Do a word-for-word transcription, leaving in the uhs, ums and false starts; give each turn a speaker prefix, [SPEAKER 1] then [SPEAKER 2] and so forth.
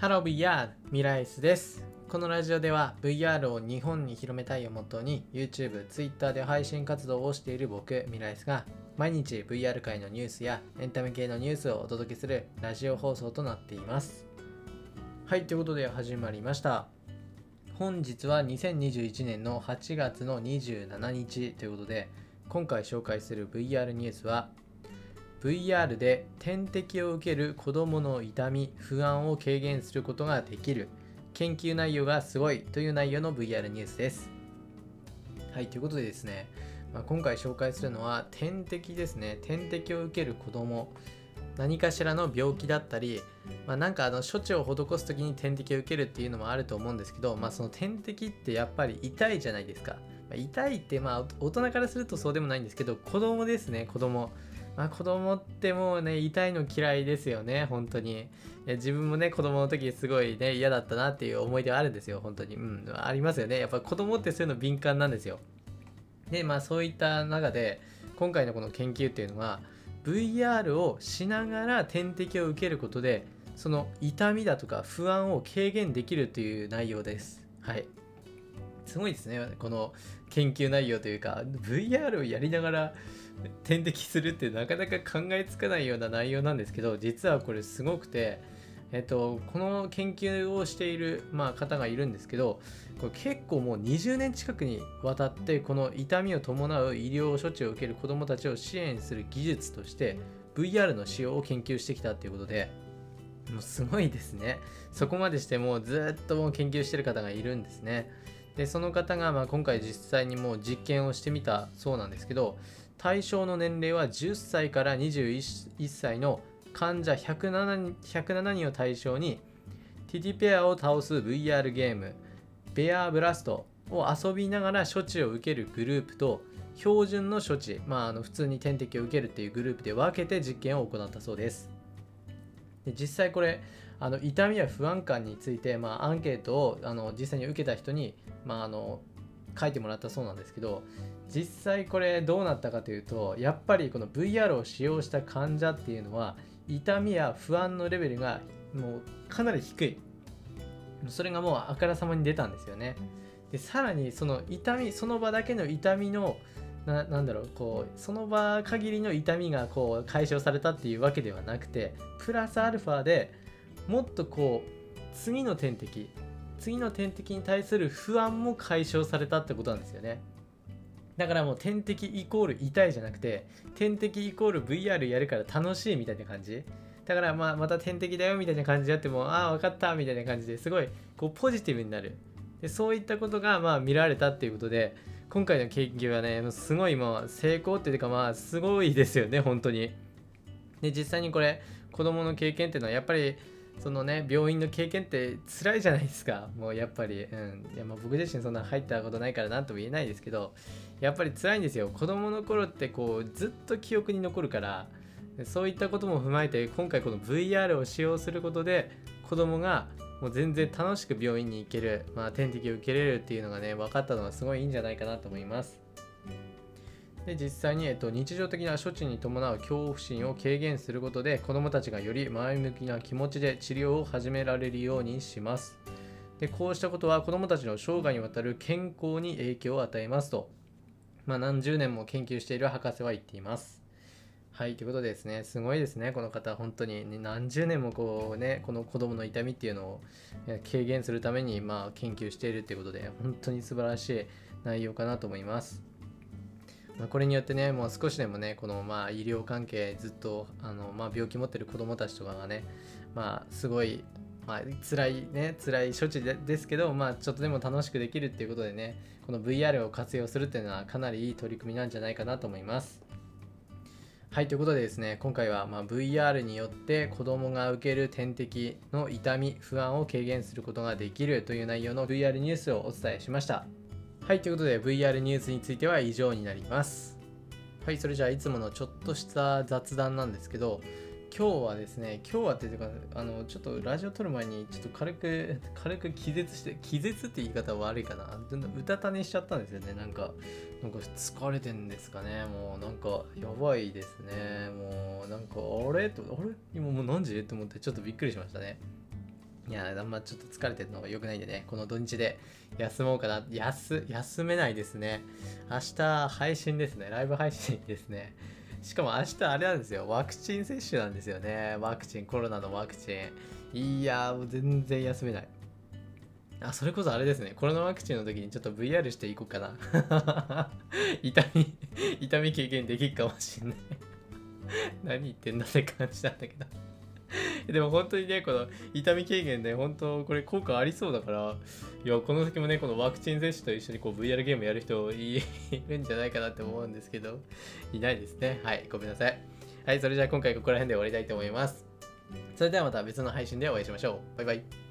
[SPEAKER 1] ハロー ブイアール ミライスです。このラジオでは ブイアール を日本に広めたいをモットーに YouTube、Twitter で配信活動をしている僕、ミライスが毎日 ブイアール 界のニュースやエンタメ系のニュースをお届けするラジオ放送となっています。はい、ということで始まりました。本日はにせんにじゅういちねんのはちがつのにじゅうしちにちということで、今回紹介する ブイアール ニュースはブイアール で点滴を受ける子どもの痛み・不安を軽減することができる、研究内容がすごいという内容の ブイアール ニュースです。はい、ということでですね、まあ、今回紹介するのは点滴ですね。点滴を受ける子ども、何かしらの病気だったり、まあ、なんかあの処置を施すときに点滴を受けるっていうのもあると思うんですけど、まあ、その点滴ってやっぱり痛いじゃないですか。まあ、痛いってまあ大人からするとそうでもないんですけど、子供ですね、子供。まあ、子供ってもうね、痛いの嫌いですよね、本当に。いや自分もね、子供の時すごいね、嫌だったなっていう思い出はあるんですよ、本当に。うん、ありますよね。やっぱ子供ってそういうの敏感なんですよ。で、まあそういった中で、今回のこの研究っていうのは、ブイアール をしながら点滴を受けることで、その痛みだとか不安を軽減できるという内容です。はい。すごいですね、この研究内容というか、ブイアール をやりながら点滴するってなかなか考えつかないような内容なんですけど、実はこれすごくて、えっと、この研究をしている、まあ、方がいるんですけど、これ結構もうにじゅうねん近くにわたってこの痛みを伴う医療処置を受ける子どもたちを支援する技術として ブイアール の使用を研究してきたということで、もうすごいですね。そこまでしてもうずっともう研究してる方がいるんですね。でその方がまあ今回実際にもう実験をしてみたそうなんですけど、対象の年齢はじゅっさいからにじゅういっさいの患者ひゃくななにんを対象に、ティティペアを倒す ブイアール ゲームベアブラストを遊びながら処置を受けるグループと、標準の処置、まあ、あの普通に点滴を受けるっていうグループで分けて実験を行ったそうです。で実際これあの痛みや不安感について、まあ、アンケートをあの実際に受けた人に、まあ、あの書いてもらったそうなんですけど、実際これどうなったかというと、やっぱりこの ブイアール を使用した患者っていうのは痛みや不安のレベルがもうかなり低い、それがもうあからさまに出たんですよね。でさらにその痛み、その場だけの痛みのななんだろうこうその場限りの痛みがこう解消されたっていうわけではなくて、プラスアルファでもっとこう次の点滴次の点滴に対する不安も解消されたってことなんですよね。だからもう点滴イコール痛いじゃなくて、点滴イコール ブイアール やるから楽しいみたいな感じだから、まあまた点滴だよみたいな感じでやっても、ああ分かったみたいな感じですごいこうポジティブになる。でそういったことがまあ見られたっていうことで、今回の研究はねすごいもう成功っていうか、まあすごいですよね本当に。で実際にこれ子供の経験っていうのはやっぱりそのね病院の経験って辛いじゃないですか。もうやっぱり、うん、いやまあ僕自身そんな入ったことないから何とも言えないですけど、やっぱり辛いんですよ。子供の頃ってこうずっと記憶に残るから、そういったことも踏まえて今回この ブイアール を使用することで子供がもう全然楽しく病院に行ける、まあ、点滴を受けれるっていうのがね分かったのはすごいいいんじゃないかなと思います。で実際に、えっと、日常的な処置に伴う恐怖心を軽減することで子どもたちがより前向きな気持ちで治療を始められるようにします。でこうしたことは子どもたちの生涯にわたる健康に影響を与えますと、まあ、何十年も研究している博士は言っています。はい、ということでですね、すごいですね、この方、本当に、ね、何十年もこうね、この子供の痛みっていうのを軽減するために、まあ、研究しているということで、本当に素晴らしい内容かなと思います。まあ、これによってね、もう少しでもね、このまあ医療関係ずっとあの、まあ、病気持ってる子供たちとかがね、まあ、すごい、まあ、辛いね、辛い処置でですけど、まあ、ちょっとでも楽しくできるっていうことでね、この ブイアール を活用するっていうのはかなりいい取り組みなんじゃないかなと思います。はい、ということでですね、今回はまあ ブイアール によって子供が受ける点滴の痛み、不安を軽減することができるという内容の ブイアール ニュースをお伝えしました。はい、ということで ブイアール ニュースについては以上になります。はい、それじゃあいつものちょっとした雑談なんですけど、今日はですね、今日はっていうか、あの、ちょっとラジオ撮る前にちょっと軽く、軽く気絶して、気絶って言い方は悪いかな。うたた寝しちゃったんですよね。なんか、なんか疲れてんですかね。もうなんかやばいですね。もうなんか、あれと、あれ今もう何時って思ってちょっとびっくりしましたね。 いや、あんまちょっと疲れてるのが良くないんでね、この土日で休もうかな。休、休めないですね。明日配信ですね。ライブ配信ですね。しかも明日あれなんですよ。ワクチン接種なんですよね。ワクチン、コロナのワクチン。いやー、もう全然休めない。あ、それこそあれですね。コロナワクチンの時にちょっと ブイアール していこうかな。痛み、痛み軽減できるかもしんない。何言ってんだって感じなんだけど。でも本当にね、この痛み軽減で本当これ効果ありそうだから、いや、この先もね、このワクチン接種と一緒にこう ブイアール ゲームやる人いるんじゃないかなって思うんですけど、いないですね。はい、ごめんなさい。はい、それじゃあ今回ここら辺で終わりたいと思います。それではまた別の配信でお会いしましょう。バイバイ。